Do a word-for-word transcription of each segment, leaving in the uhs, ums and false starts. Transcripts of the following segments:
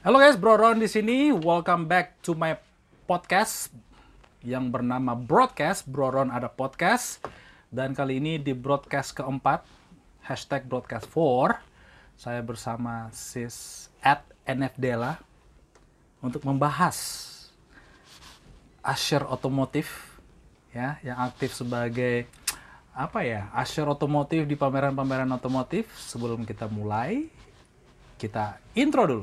Halo guys, Bro Ron di sini. Welcome back to my podcast yang bernama Broadcast. Bro Ron ada podcast. Dan kali ini di broadcast keempat, hashtag broadcast four, saya bersama sis at nfdela untuk membahas Asher Otomotif, ya, yang aktif sebagai apa ya, Asher Otomotif di pameran-pameran otomotif. Sebelum kita mulai, kita intro dulu.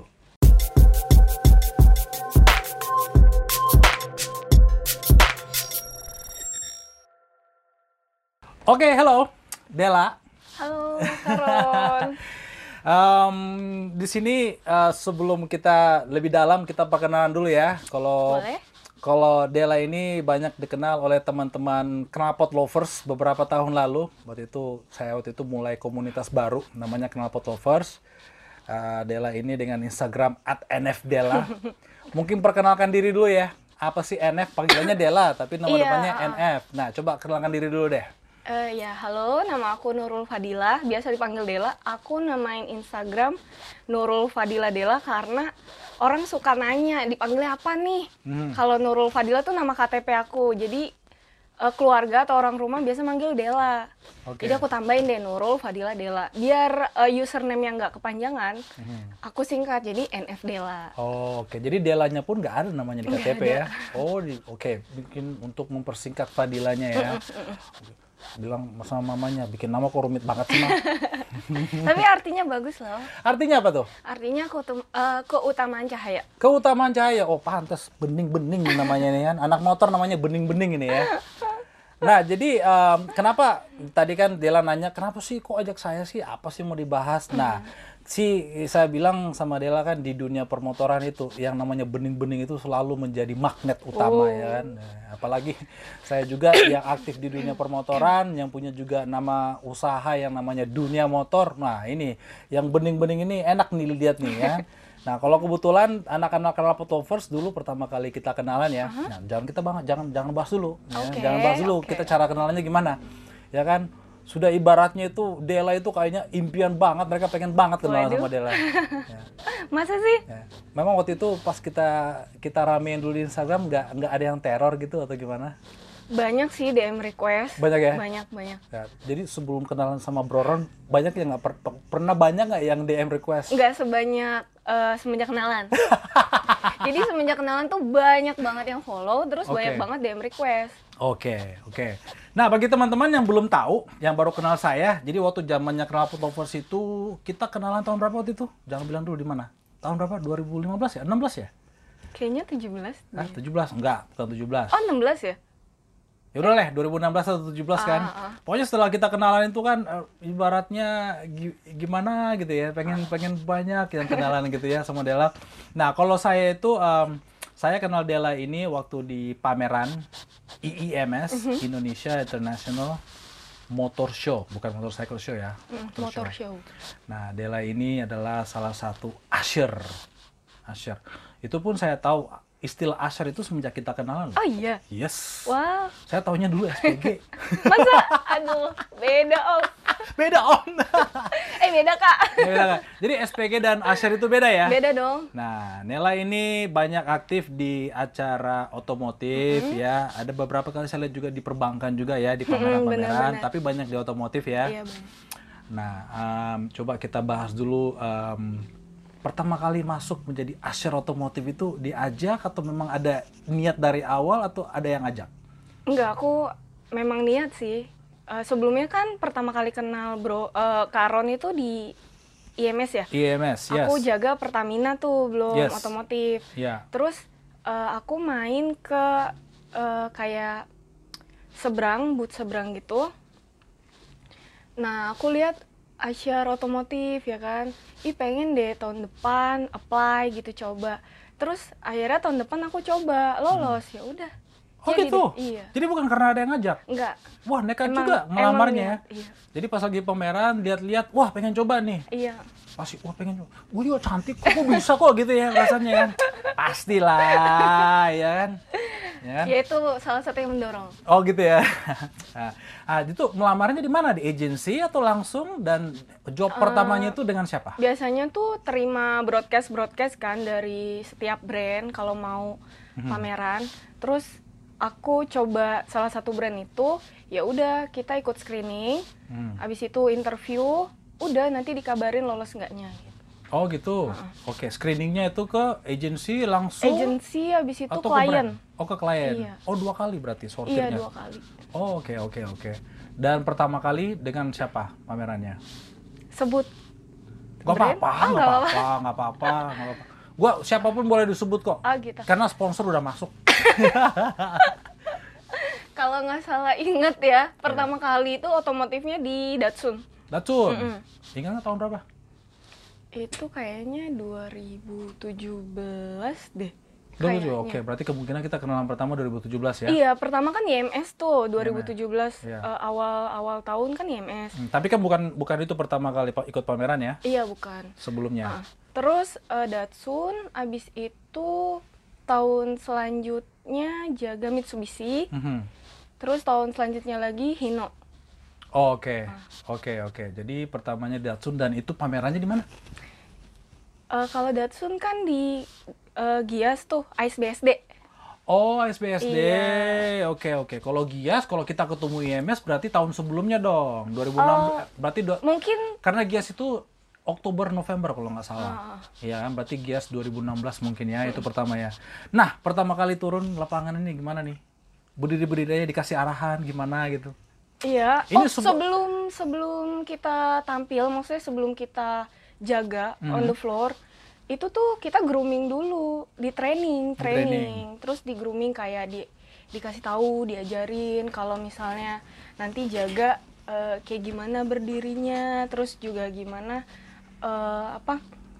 Oke, okay, hello, Dela. Halo, Karon. um, di sini uh, sebelum kita lebih dalam, kita perkenalan dulu ya. Kalau kalau Dela ini banyak dikenal oleh teman-teman knalpot lovers beberapa tahun lalu. Waktu itu saya waktu itu mulai komunitas baru, namanya knalpot lovers. Uh, Dela ini dengan Instagram at nfdela. Mungkin perkenalkan diri dulu ya. Apa sih N F? Panggilannya Dela, tapi nama Iya. depannya N F. Nah, coba kenalkan diri dulu deh. Uh, ya, halo, nama aku Nurul Fadila, biasa dipanggil Dela. Aku namain Instagram Nurul Fadila Dela karena orang suka nanya, dipanggilnya apa nih? Hmm. Kalau Nurul Fadila tuh nama K T P aku, jadi uh, keluarga atau orang rumah biasa manggil Dela. Okay. Jadi aku tambahin deh Nurul Fadila Dela. Biar uh, username yang nggak kepanjangan, hmm. aku singkat, jadi N F Dela. Oh, oke. Okay. Jadi Delanya pun nggak ada namanya di K T P ya? Oh, oke. Okay. Bikin untuk mempersingkat Fadilanya ya. Bilang sama mamanya, bikin nama kok rumit banget sih, Ma. Tapi artinya bagus loh. Artinya apa tuh? Artinya keutum, uh, keutamaan cahaya. Keutamaan cahaya. Oh, pantas bening-bening namanya nih kan. Anak motor namanya bening-bening ini ya. Nah, jadi um, kenapa tadi kan Dela nanya, kenapa sih kok ajak saya sih? Apa sih mau dibahas? Nah, si saya bilang sama Dela kan di dunia permotoran itu yang namanya bening-bening itu selalu menjadi magnet utama, oh. ya kan. Nah, apalagi saya juga yang aktif di dunia permotoran, yang punya juga nama usaha yang namanya dunia motor. Nah, ini yang bening-bening ini enak nih lihat nih ya. Nah, kalau kebetulan anak-anak knalpot lovers dulu pertama kali kita kenalan ya. Uh-huh. Nah, jangan kita banget jangan jangan bahas dulu ya. Okay, jangan bahas dulu okay. Kita cara kenalannya gimana. Ya kan? Sudah ibaratnya itu Dela itu kayaknya impian banget, mereka pengen banget kenalan Waduh. sama Dela. Ya. Masa sih? Ya. Memang waktu itu pas kita kita ramein dulu di Instagram nggak nggak ada yang teror gitu atau gimana? Banyak sih D M request. Banyak ya? Banyak, banyak. Ya, jadi sebelum kenalan sama Bro Ron, banyak yang nggak per, pernah banyak nggak yang D M request? Nggak sebanyak uh, semenjak kenalan. Jadi semenjak kenalan tuh banyak banget yang follow, terus okay. banyak banget D M request. Oke, okay, oke. Okay. Nah, bagi teman-teman yang belum tahu, yang baru kenal saya, jadi waktu zamannya knalpot lovers itu, kita kenalan tahun berapa waktu itu? Jangan bilang dulu di mana. Tahun berapa? dua ribu lima belas ya? enam belas ya? Kayaknya tujuh belas. Ah, tujuh belas? Enggak, bukan tujuh belas. Oh, enam belas ya? Ya udah lah, dua ribu enam belas atau tujuh belas kan. Ah, ah. Pokoknya setelah kita kenalan itu kan uh, ibaratnya gi- gimana gitu ya, pengen pengen banyak yang kenalan gitu ya sama Dela. Nah, kalau saya itu um, saya kenal Dela ini waktu di pameran I I M S, uh-huh. Indonesia International Motor Show, bukan Motorcycle Show ya. Mm, motor, motor show. show. Nah, Dela ini adalah salah satu usher. Usher. Itu pun saya tahu istilah usher itu semenjak kita kenalan. Oh iya? Yes. Wah. Wow. Saya taunya dulu S P G. Masa? Aduh, beda om. Beda om. eh beda kak. Beda kak. Jadi S P G dan usher itu beda ya? Beda dong. Nah, Nela ini banyak aktif di acara otomotif mm-hmm. ya. Ada beberapa kali saya lihat juga di perbankan juga ya, di pameran-pameran. Tapi banyak di otomotif ya. Iya banyak. Nah, um, coba kita bahas dulu. Um, Pertama kali masuk menjadi usher otomotif itu diajak atau memang ada niat dari awal atau ada yang ajak? Enggak, aku memang niat sih. Uh, sebelumnya kan pertama kali kenal bro uh, Karon itu di I M S ya? I M S, yes. Aku jaga Pertamina tuh, belum yes. otomotif. Yeah. Terus uh, aku main ke uh, kayak seberang, booth seberang gitu. Nah, aku lihat Asher otomotif ya kan, ih pengen deh tahun depan apply gitu coba. Terus akhirnya tahun depan aku coba lolos hmm. ya udah. Oh jadi gitu? Deh, iya. Jadi bukan karena ada yang ngajak? Enggak. Wah nekat emang, juga ngelamarnya ya? Iya. Jadi pas lagi pameran lihat-lihat, wah pengen coba nih. Iya. Pasti, wah pengen coba. Wah dia cantik kok, kok bisa kok gitu ya rasanya ya. Pastilah ya kan. ya kan? Ya itu salah satu yang mendorong. Oh gitu ya. Nah, ah, itu melamarnya di mana? Di agensi atau langsung? Dan job pertamanya itu dengan siapa? Biasanya tuh terima broadcast-broadcast kan dari setiap brand kalau mau pameran. Terus aku coba salah satu brand itu, ya udah kita ikut screening. Hmm. Habis itu interview, udah nanti dikabarin lolos enggaknya gitu. Oh gitu. Oke, screeningnya itu ke agensi langsung Agensi habis itu atau ke klien. brand? Oh ke klien. Iya. Oh dua kali berarti sortirnya. Iya, dua kali. Oh oke oke oke. Dan pertama kali dengan siapa pamerannya? Sebut Gak brand? apa-apa, Ah, nggak nggak apa-apa, nggak apa-apa, nggak apa-apa. Gua siapapun boleh disebut kok. Ah, gitu. Karena sponsor udah masuk. Kalau nggak salah inget ya, pertama kali itu otomotifnya di Datsun. Datsun. Mm-mm. Ingat nggak tahun berapa? Itu kayaknya dua ribu tujuh belas deh. dua ribu tujuh belas. Kayaknya. Oke, berarti kemungkinan kita kenalan pertama dua ribu tujuh belas ya. Iya, pertama kan I M S tuh dua ribu tujuh belas. Iya. Eh, awal-awal tahun kan I M S. Hmm, tapi kan bukan bukan itu pertama kali pa- ikut pameran ya, Iya, bukan. sebelumnya. Ah. Terus eh, Datsun, abis itu tahun selanjutnya jaga Mitsubishi. Mhm. Terus tahun selanjutnya lagi Hino. Oh, oke, oke, oke. Jadi pertamanya Datsun dan itu pamerannya di mana? Eh, kalau Datsun kan di eh, Gias tuh, A S B S D. Oh, S B S D. Iya. Oke, oke. Kalau Gias, kalau kita ketemu I M S berarti tahun sebelumnya dong. dua ribu enam belas. Berarti dua- Mungkin karena Gias itu Oktober November kalau nggak salah. Ah. Iya kan? Berarti Gias dua ribu enam belas mungkin ya, itu pertama ya. Nah, pertama kali turun lapangan ini gimana nih? Berdiri-berdiri dikasih arahan gimana gitu. iya. Ini Oh, sebu- sebelum sebelum kita tampil, maksudnya sebelum kita jaga Hmm. on the floor, itu tuh kita grooming dulu, di training, Di training. training. Terus di grooming kayak di dikasih tahu, diajarin kalau misalnya nanti jaga eh, kayak gimana berdirinya, terus juga gimana eh, apa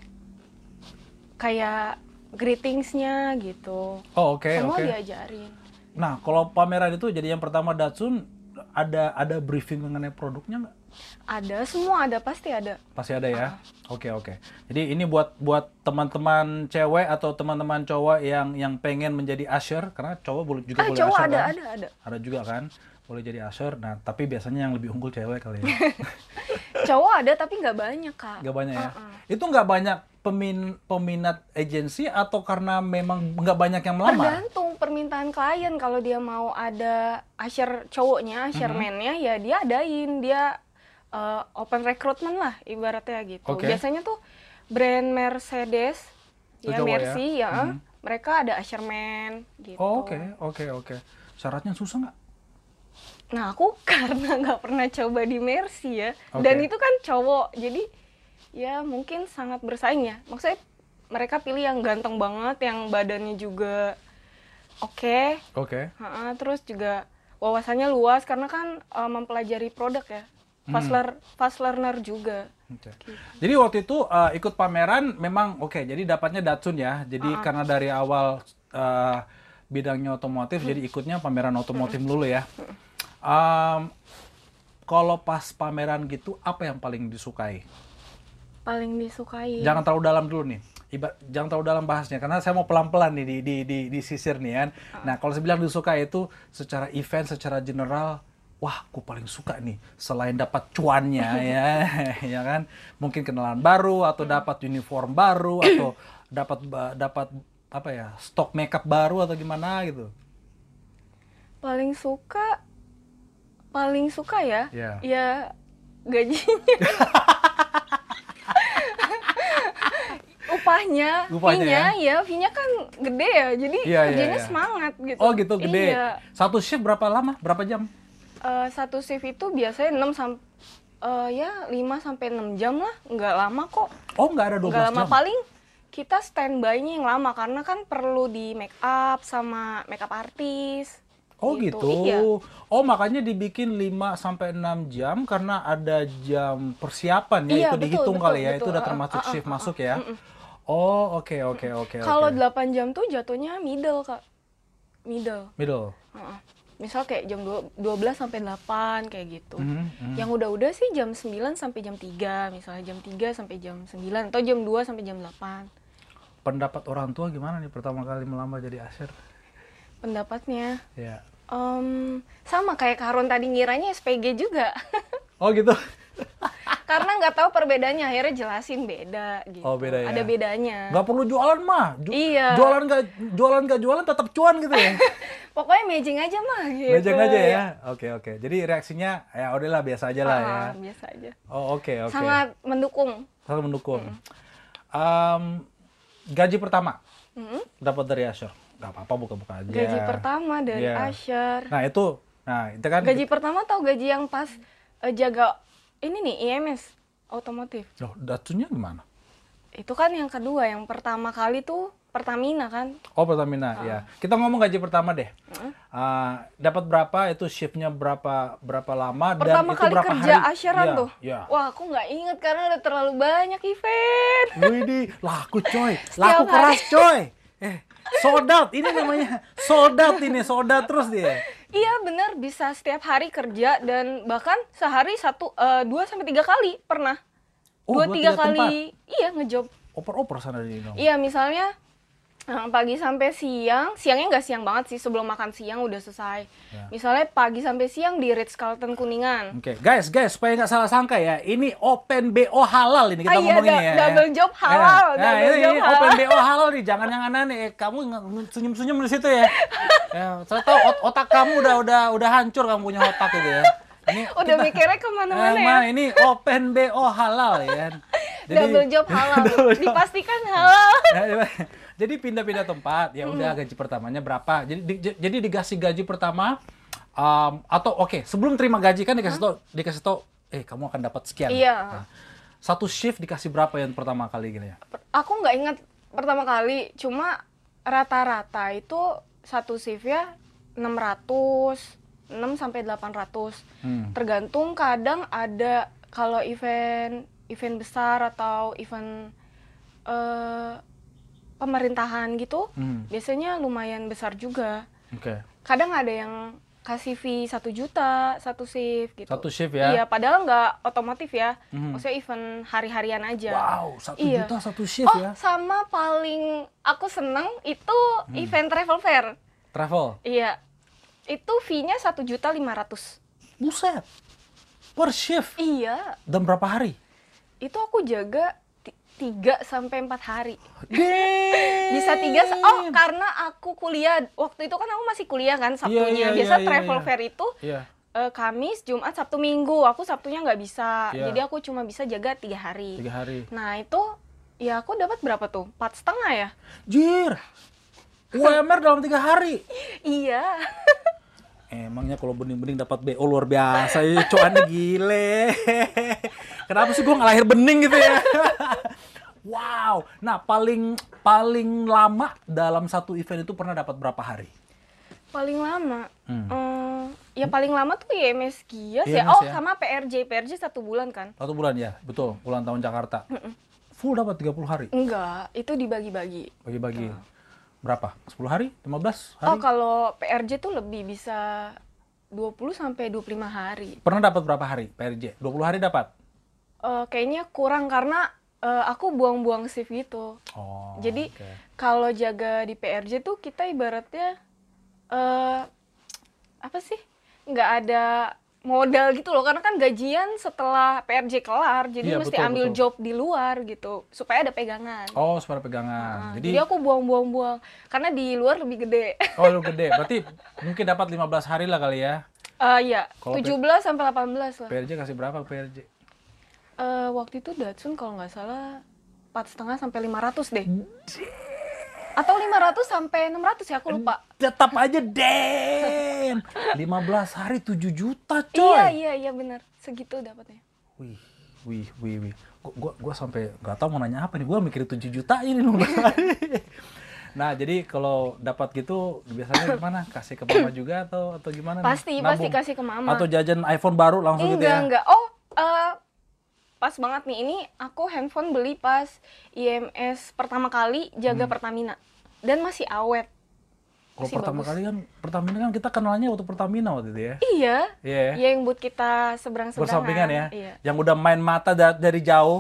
kayak greetingsnya gitu. Oh, oke, Semua oke. diajarin. Nah, kalau pameran itu jadi yang pertama Datsun, ada ada briefing mengenai produknya nggak? Ada, semua ada, pasti ada. Pasti ada ya. Oke, oke. Jadi ini buat buat teman-teman cewek atau teman-teman cowok yang yang pengen menjadi usher, karena cowok boleh juga Ah, boleh cowok usher ada, kan? ada, ada. Ada juga kan? Boleh jadi usher. Nah, tapi biasanya yang lebih unggul cewek kali ya. Cowok ada tapi nggak banyak, Kak. Nggak banyak ya. Uh-uh. Itu nggak banyak pemin peminat agensi atau karena memang nggak banyak yang melamar? Tergantung permintaan klien. Kalau dia mau ada usher cowoknya, usher Mm-hmm. man-nya, ya dia adain. Dia uh, open recruitment lah ibaratnya gitu. Oke. Biasanya tuh brand Mercedes, Itu ya cowok ya? Mercy, ya, Mhm. mereka ada usher man gitu. Oh, oke, oke, oke. Syaratnya susah nggak? Nah, aku karena nggak pernah coba di Mercy ya, Oke. dan itu kan cowok, jadi ya mungkin sangat bersaing ya. Maksudnya mereka pilih yang ganteng banget, yang badannya juga oke, Oke. ha-ha, terus juga wawasannya luas karena kan eh, mempelajari produk ya, fast, Hmm. lear- fast learner juga. Oke. Jadi waktu itu uh, ikut pameran memang oke. Jadi dapatnya Datsun ya. Jadi karena dari awal uh, bidangnya otomotif, jadi ikutnya pameran otomotif dulu ya. Um, kalau pas pameran gitu, apa yang paling disukai? Paling disukai. Jangan terlalu dalam dulu nih. Iba, jangan terlalu dalam bahasnya karena saya mau pelan-pelan nih di di di, di sisir nih kan. Nah, kalau saya bilang disukai itu secara event, secara general, wah, aku paling suka nih selain dapat cuannya ya, ya kan. Mungkin kenalan baru atau dapat uniform baru atau dapat ba- dapat apa ya, stok makeup baru atau gimana gitu. Paling suka, paling suka ya, Iya. ya gajinya. Upahnya, Upahnya fee-nya, ya, fee-nya kan gede ya, jadi Iya, iya, kerjanya iya. semangat gitu. Oh gitu, gede. Iya. Satu shift berapa lama? Berapa jam? Eh, satu shift itu biasanya enam sampai ya lima sampai enam jam lah, nggak lama kok. Oh, nggak ada dua Nggak belas lama, jam? paling kita standby-nya yang lama karena kan perlu di make up sama makeup artis. Oh gitu. Iya. Oh makanya dibikin lima sampai enam jam karena ada jam persiapan ya, Iya, itu betul, dihitung betul, kali ya, betul. itu udah Uh, termasuk uh, uh, shift uh, uh, masuk ya. mm-mm. Oh oke oke oke Kalau oke. delapan jam tuh jatuhnya middle, Kak. Middle. Middle. Heeh. Misal kayak jam dua belas sampai delapan kayak gitu. Mhm, mhm. Yang udah-udah sih jam sembilan sampai jam tiga, misalnya jam tiga sampai jam sembilan atau jam dua sampai jam delapan. Pendapat orang tua gimana nih pertama kali melamar jadi usher? pendapatnya. Iya. Em, sama kayak Karun tadi ngiranya S P G juga. Oh gitu. Karena nggak tahu perbedaannya, akhirnya jelasin beda gitu. Oh, beda ya. Ada bedanya. Nggak perlu jualan mah. Ju- Iya. Jualan nggak jualan nggak jualan tetap cuan gitu ya. Pokoknya matching aja mah gitu. Bejeng aja ya. Oke oke. Jadi reaksinya ya udahlah biasa aja lah ya. Ah, biasa aja. Oh oke oke. Sangat mendukung. Sangat mendukung. Em, gaji pertama Mm. dapat dari Asher. Gak apa-apa buka-buka aja. Gaji pertama dari Iya. Asher. Nah itu, nah itu kan. Gaji pertama atau gaji yang pas eh, jaga ini nih I M S otomotif. Loh, datunya gimana? Itu kan yang kedua, yang pertama kali tuh Pertamina kan. Oh Pertamina, ya. Kita ngomong gaji pertama deh. Uh, dapat berapa? Itu shiftnya berapa berapa lama Pertama dan itu kali berapa kerja hari? Asheran Iya, tuh. iya. Wah, aku nggak inget karena udah terlalu banyak event. Widih, laku coy, Setiap laku hari. keras coy. Eh, sold out ini namanya, sold out ini, sold out terus dia. Iya bener, bisa setiap hari kerja dan bahkan sehari satu, eh, dua sampai tiga kali pernah. Oh, dua dua, tiga tiga kali, iya ngejob. Oper-oper sana di dong. Iya misalnya eh, pagi sampai siang, siangnya nggak siang banget sih, sebelum makan siang udah selesai. Ya. Misalnya pagi sampai siang di Ritz-Carlton Kuningan. Oke, guys, guys, supaya nggak salah sangka ya, ini open B O halal ini kita Ah, iya, ngomongin da- ya. double job halal, Nah, double ini, job ini halal. open B O halal nih, jangan yang aneh-aneh. Eh, kamu nge- senyum-senyum di situ ya. Ya, saya tahu ot- otak kamu udah udah udah hancur kamu punya otak gitu ya. Ini Udah mikirnya kemana-mana ya. Emang ini open B O halal ya. Double job halal, Double job. dipastikan halal. Ya, jadi pindah-pindah tempat, ya udah gaji pertamanya berapa. Jadi di, jadi dikasih gaji pertama um, atau oke, sebelum terima gaji kan dikasih tau dikasih tau eh kamu akan dapat sekian. Iya. Nah, satu shift dikasih berapa yang pertama kali gini ya? Aku nggak ingat pertama kali, cuma rata-rata itu satu shift ya enam ratus, enam sampai delapan ratus. Hmm. Tergantung, kadang ada kalau event event besar atau event eh, pemerintahan gitu, Hmm. biasanya lumayan besar juga. Oke. Kadang ada yang kasih fee satu juta satu shift gitu. Satu shift ya? Iya, padahal nggak otomotif ya. Mhm. Maksudnya event hari-harian aja. Wow, satu Iya. juta satu shift Oh, ya? sama paling aku seneng itu Hmm. event travel fair. Travel. Iya. Itu fee-nya satu juta lima ratus. Buset. Per shift. Iya. Dan berapa hari? Itu aku jaga ti- tiga sampai empat hari. Damn. Bisa tiga, se- oh karena aku kuliah. Waktu itu kan aku masih kuliah kan Sabtunya. iya, Biasa iya, travel iya. fair itu Iya. eh, Kamis, Jumat, Sabtu, Minggu. Aku Sabtunya nggak bisa. Iya. Jadi aku cuma bisa jaga tiga hari. Tiga hari. Nah itu ya aku dapat berapa tuh? Empat setengah ya? Jir. U M R dalam tiga hari. Iya. Emangnya kalau bening-bening dapat B O luar biasa ya, cuannya gile. Kenapa sih gua nggak lahir bening gitu ya? Wow. Nah, paling paling lama dalam satu event itu pernah dapat berapa hari? Paling lama, Hmm. eh, ya paling lama tuh I M S Gias I M S ya. Oh ya. sama P R J, P R J satu bulan kan? Satu bulan ya, betul. Ulang tahun Jakarta. Full dapat tiga puluh hari. Enggak, itu dibagi-bagi. Bagi-bagi. Berapa? sepuluh hari? lima belas hari? Oh kalau P R J tuh lebih bisa dua puluh sampai dua puluh lima hari. Pernah dapat berapa hari P R J? dua puluh hari dapat? Eh, kayaknya kurang karena eh, aku buang-buang shift gitu. Oh. Jadi oke. kalau jaga di P R J tuh kita ibaratnya eh apa sih? Nggak ada modal gitu loh, karena kan gajian setelah P R J kelar, jadi Iya, mesti betul, ambil betul. job di luar gitu supaya ada pegangan. Oh, separa pegangan. Nah, Jadi, jadi aku buang-buang-buang karena di luar lebih gede. oh lu gede. Berarti mungkin dapat lima belas hari lah kali ya. Eh iya, Kalau tujuh belas sampai delapan belas lah. P R J kasih berapa P R J? Eh, waktu itu Datsun kalau nggak salah empat setengah sampai lima ratus deh. Atau lima ratus sampai enam ratus ya, aku lupa. Tetap aja damn. lima belas hari tujuh juta Iya, coy. iya, iya benar. Segitu dapatnya. Wih, wih, wih, wih. Gua, gua, gua sampai nggak tahu mau nanya apa nih. Gua mikirin tujuh juta ini lima belas hari. Nah, jadi kalau dapat gitu biasanya gimana? Kasih ke mama juga atau atau gimana? nih? Pasti, pasti Nabung? kasih ke mama. Atau jajan iPhone baru langsung gitu Enggak, ya? enggak. Oh, eh, pas banget nih. Ini aku handphone beli pas I M S pertama kali jaga Hmm. Pertamina. Dan masih awet. Kalau Masih pertama bagus. kali kan Pertamina kan kita kenalnya waktu Pertamina waktu itu ya. Iya. Iya. ya? Iya, yang buat kita seberang-seberangan. Bersampingan ya. Iya. Yang udah main mata da- dari jauh.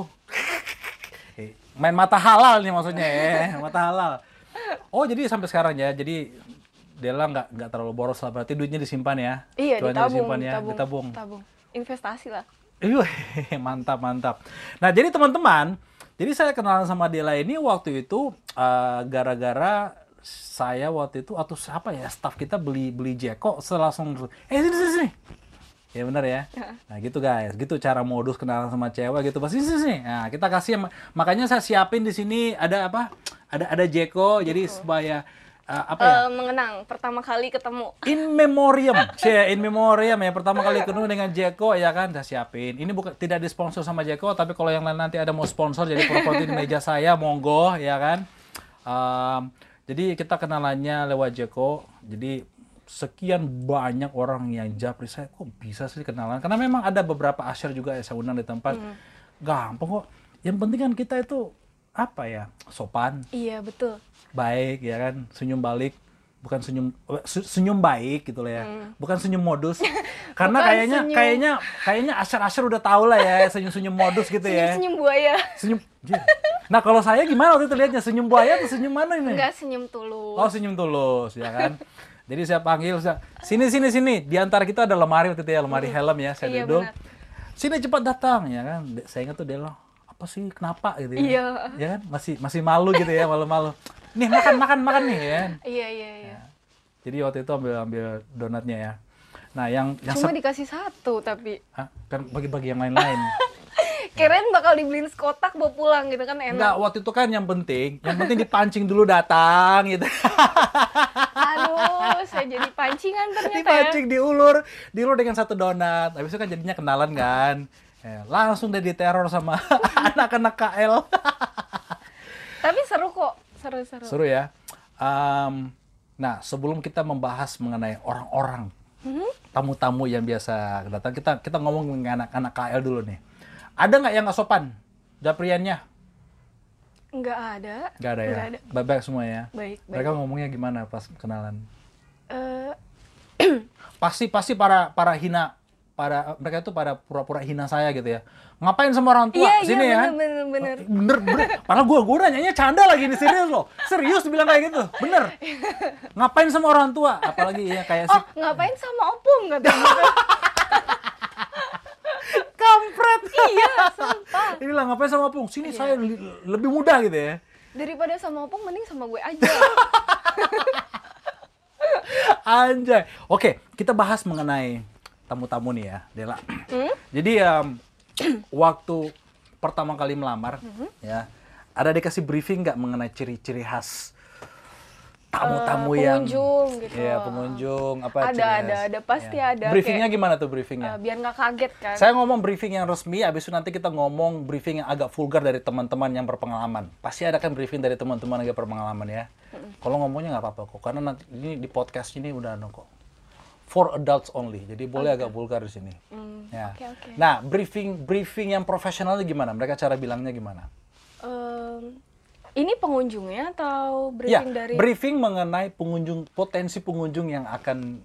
Eh, main mata halal nih maksudnya ya, mata halal. Oh, jadi sampai sekarang ya. Jadi Dela nggak nggak terlalu boros lah, berarti duitnya disimpan ya? Iya, Cuannya ditabung, disimpan ya, ditabung, ditabung. ditabung. Investasi lah. Iya, mantap mantap. Nah jadi teman-teman, jadi saya kenalan sama Dela ini waktu itu uh, gara-gara saya waktu itu atau siapa ya staff kita beli beli Jeko, saya langsung eh sini sini sini. Ya benar ya. Nah gitu guys, gitu cara modus kenalan sama cewek gitu pasti sini sini. Nah kita kasih, makanya saya siapin di sini ada apa? Ada ada Jeko, jadi supaya uh, apa ya? Uh, mengenang pertama kali ketemu. In memoriam, cie, in memoriam ya pertama kali ketemu dengan Jeko ya kan, saya siapin. Ini bukan tidak disponsor sama Jeko, tapi kalau yang lain nanti ada mau sponsor jadi properti di meja saya, monggo ya kan. Um, jadi kita kenalannya lewat Jeko. Jadi sekian banyak orang yang japri saya, kok bisa sih kenalan? Karena memang ada beberapa asyar juga yang saya undang di tempat. Hmm. Gampang kok. Yang penting kan kita itu apa ya, sopan. Iya betul. Baik ya kan, senyum balik, bukan senyum senyum baik gitu lah ya, hmm. bukan senyum modus. Karena bukan kayaknya senyum. kayaknya kayaknya asyar-asyar udah tahu lah ya senyum-senyum modus gitu senyum, ya. Senyum buaya. Senyum. Nah kalau saya gimana waktu itu lihatnya, senyum buaya atau senyum mana ini? Enggak, senyum tulus. Oh senyum tulus ya kan. Jadi saya panggil, saya, sini sini sini. Di antara kita ada lemari waktu itu ya, lemari hmm. helm ya, saya iya, duduk. Benar. Sini cepat datang ya kan. Saya ingat tuh Dela, apa sih kenapa gitu ya? Iya. Ya kan masih masih malu gitu ya, malu-malu. Nih makan makan makan nih ya. Iya iya iya. Nah, jadi waktu itu ambil ambil donatnya ya. Nah yang yang cuma dikasih satu tapi. Hah? Kan bagi-bagi yang lain-lain. Kirain bakal dibeliin sekotak bawa pulang gitu kan enak. Enggak, waktu itu kan yang penting, yang penting dipancing dulu datang gitu. Aduh, saya jadi pancingan ternyata. Dipancing, ya. diulur, diulur dengan satu donat. Habis itu kan jadinya kenalan kan. Eh, langsung deh diteror sama anak-anak K L. Tapi seru kok, seru-seru. Seru ya. Um, nah, sebelum kita membahas mengenai orang-orang, mm-hmm. tamu-tamu yang biasa datang, kita kita ngomong dengan anak-anak K L dulu nih. Ada nggak yang nggak sopan japriannya? Nggak ada. Nggak ada ya? Nggak ada. Baik-baik semua ya? Baik, baik. Mereka ngomongnya gimana pas kenalan? Uh... pasti pasti para para hina, para mereka itu pada pura-pura hina saya gitu ya. Ngapain sama orang tua? Iya, sini iya, ya? Bener, bener, bener. Bener, bener. Padahal gue gue nanyanya canda lagi nih, serius loh. Serius bilang kayak gitu. Bener. Ngapain sama orang tua? Apalagi ya kayak oh, si... ngapain sama opung katanya. Kampret. Iya, sumpah. Dia bilang ngapain sama opung? Sini iya. saya li- lebih muda gitu ya. Daripada sama opung mending sama gue aja. Anjay. Oke, kita bahas mengenai tamu-tamu nih ya, Dela. Hmm? Jadi um, waktu pertama kali melamar, hmm? ya, ada dikasih briefing nggak mengenai ciri-ciri khas tamu-tamu uh, yang pengunjung gitu. Ya, pengunjung apa ada ciri ada khas? ada pasti ya. ada. Briefingnya kayak, gimana tuh briefingnya? Uh, biar nggak kaget kan. Saya ngomong briefing yang resmi, habis itu nanti kita ngomong briefing yang agak vulgar dari teman-teman yang berpengalaman. Pasti ada kan briefing dari teman-teman yang berpengalaman ya. Hmm. Kalau ngomongnya nggak apa-apa kok, karena nanti ini di podcast ini udah no kok. For adults only, jadi boleh okay. agak vulgar di sini. Mm, ya. okay, okay. Nah, briefing briefing yang profesionalnya gimana? Mereka cara bilangnya gimana? Um, ini pengunjungnya atau briefing ya, dari? Briefing mengenai pengunjung, potensi pengunjung yang akan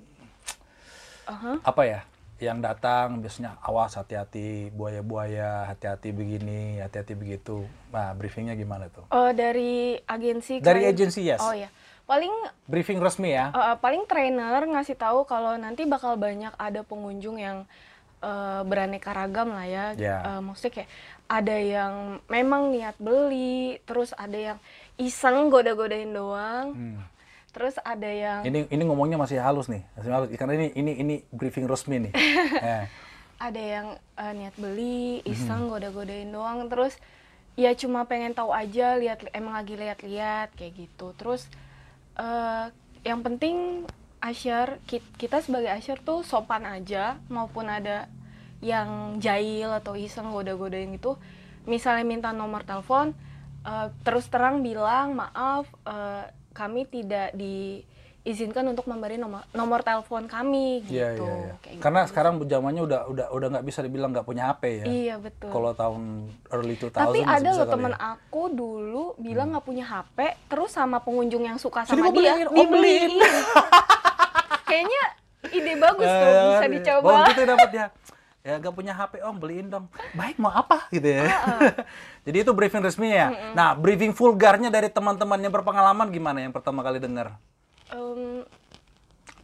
uh-huh. apa ya? Yang datang biasanya awas, hati-hati buaya-buaya, hati-hati begini, hati-hati begitu. Nah, briefingnya gimana tuh? Oh, dari agensi. Dari agensi, yes. Oh ya. Paling briefing resmi ya. Uh, paling trainer ngasih tahu kalau nanti bakal banyak ada pengunjung yang uh, beraneka ragam lah ya. Yeah. Uh, maksudnya kayak ada yang memang niat beli, terus ada yang iseng goda-godain doang. Hmm. Terus ada yang ini ini ngomongnya masih halus nih, masih halus karena ini ini ini briefing resmi nih. yeah. Ada yang uh, niat beli, iseng hmm. goda-godain doang, terus ya cuma pengen tahu aja, lihat emang lagi lihat-lihat kayak gitu. Terus Uh, yang penting asyar, kita sebagai asyar tuh sopan aja, maupun ada yang jahil atau iseng goda-godain gitu, misalnya minta nomor telepon, uh, terus terang bilang maaf, uh, kami tidak diizinkan untuk memberi nomor nomor telepon kami gitu. Iya, iya, iya. Kayak Karena gitu. sekarang zamannya udah udah udah nggak bisa dibilang nggak punya H P ya. Iya betul. Kalau tahun early two thousand. Tapi ada loh temen ya. aku dulu bilang nggak hmm. punya H P, terus sama pengunjung yang suka Jadi sama dia beliin, dibeliin. Kayaknya ide bagus tuh, eh, bisa dicoba. Bang kita dapat ya. Ya nggak punya H P om, beliin dong. Baik mau apa gitu ya. Uh-uh. Jadi itu briefing resmi ya. Mm-mm. Nah briefing vulgarnya dari teman-teman yang berpengalaman gimana yang pertama kali dengar? Um,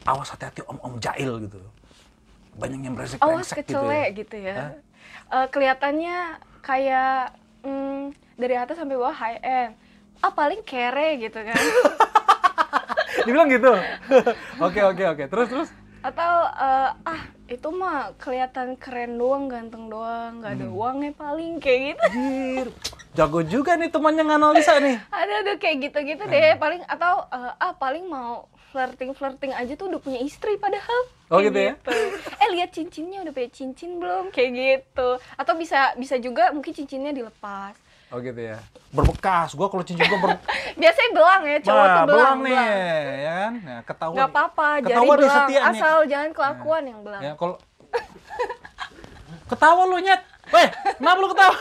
awas hati-hati om-om jahil gitu. Banyak yang Awas brengsek-brengsek gitu kecele ya. gitu ya. Hah? Eh, kelihatannya kayak hmm, dari atas sampai bawah high end. Ah paling kere gitu kan. Dibilang gitu. Oke oke oke. Terus terus. Atau eh, ah itu mah kelihatan keren doang, ganteng doang, nggak ada Hmm. uangnya paling kayak gitu. Anjir. Jago juga nih temannya nganalisa nih. Ada ada kayak gitu-gitu deh paling atau eh, ah paling mau flirting-flirting aja tuh udah punya istri padahal. Oh, Kayak gitu ya? Eh lihat cincinnya udah punya cincin belum? Kayak gitu. Atau bisa bisa juga mungkin cincinnya dilepas. Oh gitu ya. Berbekas. Gua kalau cincin gua ber Biasanya belang ya, cowok Nah, tuh belang, nih, belang. ya kan? Nah, ketahuan. Nggak apa-apa, jari Ketahuan dia belang, setia nih. asal jangan kelakuan yang belang. Ya, kalau ketawa lu nyet. Weh, kenapa lu ketawa?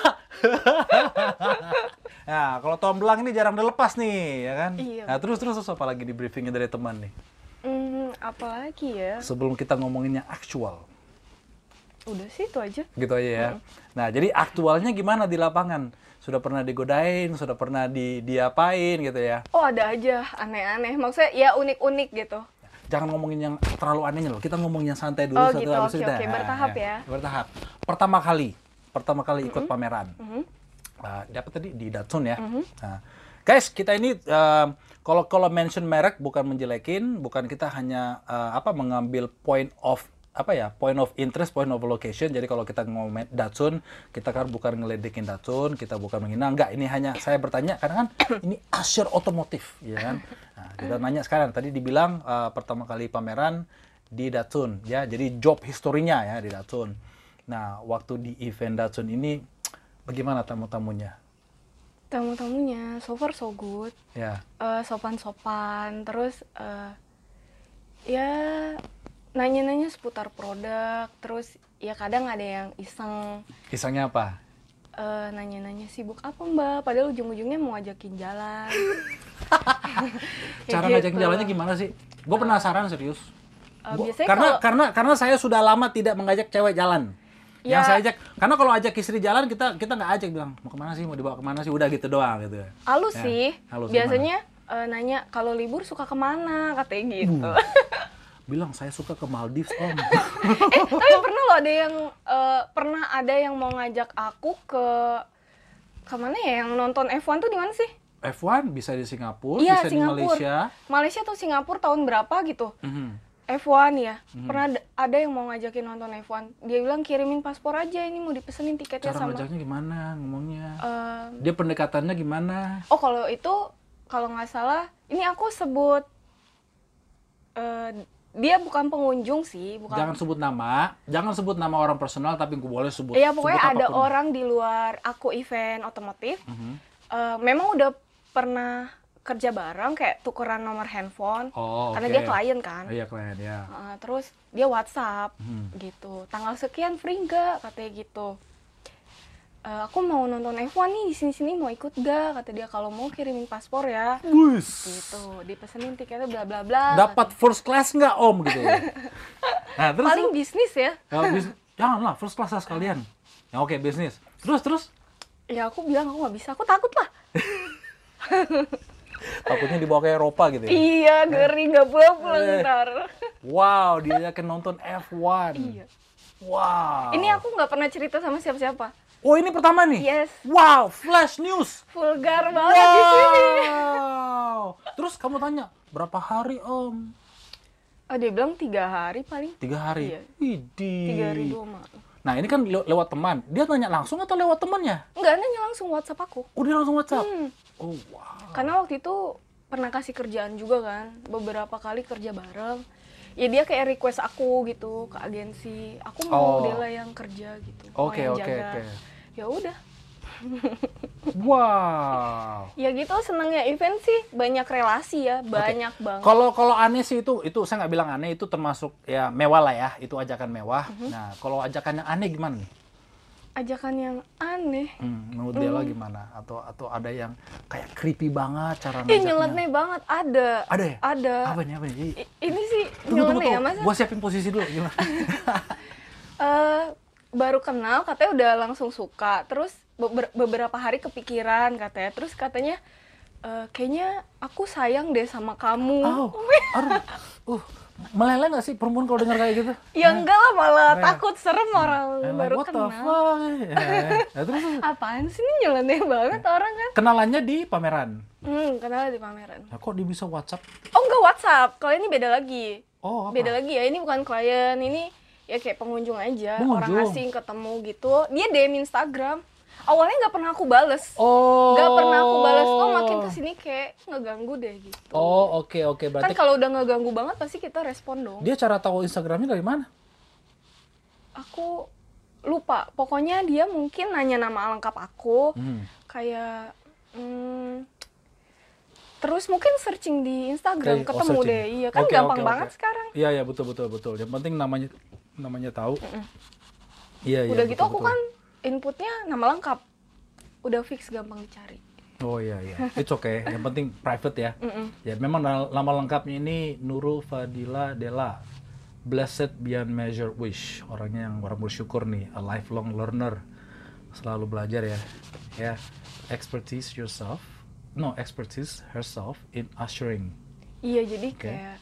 Nah, kalau tom belang ini jarang dilepas nih, ya kan? Iya. Nah, terus terus terus apa lagi di briefingnya dari teman nih? Hmm, apalagi ya? Sebelum kita ngomongin yang aktual. Udah sih itu aja. Gitu aja ya. Nah, jadi aktualnya gimana di lapangan? Sudah pernah digodain, sudah pernah di diapain gitu ya? Oh ada aja aneh-aneh, maksudnya ya unik-unik gitu. Jangan ngomongin yang terlalu anehnya loh. Kita ngomongin yang santai dulu Oh satu gitu, habis oke itu oke, dah. bertahap Nah, ya. Bertahap. Pertama kali, pertama kali ikut pameran. Mhm. Uh, dapat tadi di Datsun ya. Nah, guys, kita ini uh, kalau kalau mention merek bukan menjelekin, bukan kita hanya uh, apa mengambil point of apa ya point of interest, point of location. Jadi kalau kita ngomongin Datsun, kita kan bukan ngeledekin Datsun, kita bukan menghina, enggak. Ini hanya saya bertanya karena kan ini Acer otomotif, ya kan. Nah, kita nanya sekarang. Tadi dibilang uh, pertama kali pameran di Datsun, ya. Jadi job historinya ya di Datsun. Nah, waktu di event Datsun ini bagaimana tamu-tamunya? Tamu-tamunya so far so good. Ya. Eh, sopan-sopan, terus eh, ya nanya-nanya seputar produk, terus ya kadang ada yang iseng Kisahnya apa? eh, nanya-nanya sibuk apa mbak, padahal ujung-ujungnya mau ngajakin jalan. Kayak Cara gitu. ngajakin jalannya gimana sih? Gue penasaran serius. Eh, Gua- biasanya karena kalau- karena karena saya sudah lama tidak mengajak cewek jalan. Ya. Yang saya ajak, karena kalau ajak istri jalan kita kita nggak ajak bilang mau kemana sih, mau dibawa kemana sih, udah gitu doang gitu. Halus Ya, sih, halus biasanya eh, nanya kalau libur suka kemana, katanya gitu. Bilang saya suka ke Maldives om. eh tapi pernah loh ada yang eh, pernah ada yang mau ngajak aku ke kemana ya, yang nonton F satu tuh di mana sih? F satu bisa di Singapura, Iya, bisa di Singapura. Malaysia. Malaysia atau Singapura tahun berapa gitu? Mhm. F satu ya. Pernah ada, ada yang mau ngajakin nonton F satu. Dia bilang kirimin paspor aja, ini mau dipesenin tiketnya Cara sama. ngajaknya gimana ngomongnya? Eh, Dia pendekatannya gimana? oh kalau itu kalau nggak salah, ini aku sebut eh, dia bukan pengunjung sih, bukan. Jangan sebut nama, jangan sebut nama orang personal, tapi gue boleh sebut. Iya pokoknya sebut ada apapun. orang di luar aku event otomotif. Mhm. Eh, memang udah pernah kerja bareng kayak tukeran nomor handphone. Oh, Karena oke. dia klien kan. Oh, iya klien ya. Uh, terus dia WhatsApp Hmm. gitu, tanggal sekian free nggak, katanya gitu. Uh, aku mau nonton F satu nih di sini-sini, mau ikut gak, kata dia. Kalau mau kirimin paspor ya, Wus. gitu. Dipesenin tiketnya bla bla bla. Dapat first class nggak om gitu ya? Nah terus Paling tuh, bisnis ya. ya, bis- janganlah first class lah sekalian. Ya oke bisnis. Terus terus Ya aku bilang aku nggak bisa, aku takut lah. takutnya dibawa ke Eropa gitu ya? Iya, ngeri nggak pulang-pulang Eh. ntar. Wow, dia akan nonton F satu. Iya. Wow. Ini aku nggak pernah cerita sama siapa-siapa. Oh ini pertama nih? Yes, Wow, flash news. vulgar banget di sini. Wow. Terus kamu tanya berapa hari om? Oh, dia bilang tiga hari paling. Tiga hari. Iya. Widih. Tiga hari dua malam. Nah ini kan le- lewat teman. Dia tanya langsung atau lewat temannya? Enggak, nanya langsung WhatsApp aku. Oh dia langsung WhatsApp. Hmm. Oh wow. Karena waktu itu pernah kasih kerjaan juga kan, beberapa kali kerja bareng. Ya dia kayak request aku gitu ke agensi, aku mau Oh. Dela yang kerja gitu, mau Oke yang oke jaga. oke. Ya udah, Wow. ya gitu senangnya event sih, banyak relasi ya, banyak banget. Kalau kalau aneh sih itu itu saya nggak bilang aneh, itu termasuk ya mewah lah ya, itu ajakan mewah. Mhm. Nah kalau ajakan yang aneh gimana nih? Ajakan yang aneh, Hmm, menurut Dela gimana? Atau atau ada yang kayak creepy banget cara ih ngajaknya? nyeleneh banget, ada. Ada ya? Ada. Apa nih apa nih? Ih, I- ini sih Tunggu tunggu nyeleneh ya tunggu. masa? Gua siapin posisi dulu gimana? Eh, baru kenal katanya udah langsung suka, terus beber- beberapa hari kepikiran katanya, terus katanya "Eh, kayaknya aku sayang deh sama kamu." Oh, aduh, uh, Meleleh nggak sih perempuan kalau dengar kayak gitu? Ya enggak lah, malah Nah, takut, serem orang Eh, like, baru what the kenal. fuck? Eh, nah, terus Apaan sih, ini nyeleneh banget orang kan? kenalannya di pameran. Hmm, kenal di pameran. Nah, kok dia bisa WhatsApp? Oh enggak, WhatsApp. Kalau ini beda lagi. Oh, apa? Beda lagi ya, ini bukan klien, ini ya kayak pengunjung aja. Pengunjung? Orang asing ketemu gitu. Dia D M Instagram. Awalnya nggak pernah aku bales. Oh. Nggak pernah aku bales, kok makin kesini kayak ngeganggu deh gitu. Oh, oke oke Kan berarti kalau udah ngeganggu banget pasti kita respon dong. dia cara tahu Instagramnya dari mana? Aku lupa, pokoknya dia mungkin nanya nama lengkap aku, Hmm. kayak hmm, terus mungkin searching di Instagram Kayak- oh, ketemu searching. deh. Iya kan Oke, gampang oke, banget oke. sekarang. Iya ya betul betul betul. Yang penting namanya namanya tahu. Iya iya. Udah gitu betul, aku betul. kan inputnya nama lengkap, udah fix, gampang dicari. Oh iya iya. It's okay. Yang penting private ya. Mm-mm. Ya memang na- nama lengkapnya ini Nurul Fadila Della. Blessed beyond measure wish. Orangnya yang orang bersyukur nih, a lifelong learner. Selalu belajar ya. Ya, expertise yourself. No, expertise herself in ushering. Iya, jadi Oke. kayak